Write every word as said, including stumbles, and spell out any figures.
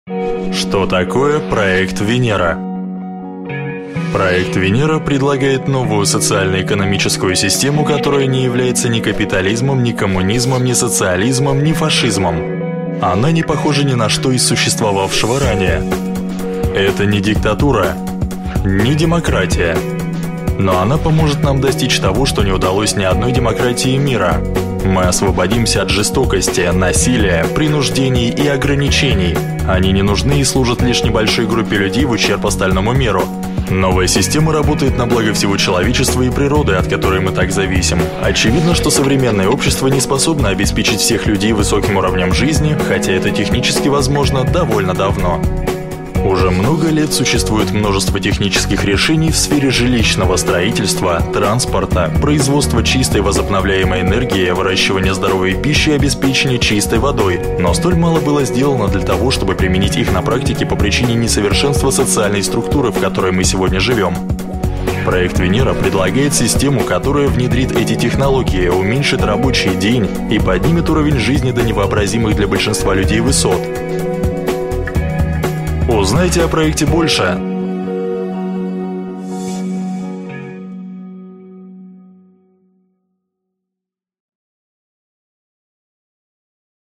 Что такое проект Венера? Проект Венера предлагает новую социально-экономическую систему, которая не является ни капитализмом, ни коммунизмом, ни социализмом, ни фашизмом. Она не похожа ни на что из существовавшего ранее. Это не диктатура, не демократия. Но она поможет нам достичь того, что не удалось ни одной демократии мира. Мы освободимся от жестокости, насилия, принуждений и ограничений. Они не нужны и служат лишь небольшой группе людей в ущерб остальному миру. Новая система работает на благо всего человечества и природы, от которой мы так зависим. Очевидно, что современное общество не способно обеспечить всех людей высоким уровнем жизни, хотя это технически возможно довольно давно. Уже много лет существует множество технических решений в сфере жилищного строительства, транспорта, производства чистой возобновляемой энергии, выращивания здоровой пищи и обеспечения чистой водой, но столь мало было сделано для того, чтобы применить их на практике по причине несовершенства социальной структуры, в которой мы сегодня живем. Проект Венера предлагает систему, которая внедрит эти технологии, уменьшит рабочий день и поднимет уровень жизни до невообразимых для большинства людей высот. Узнайте о проекте больше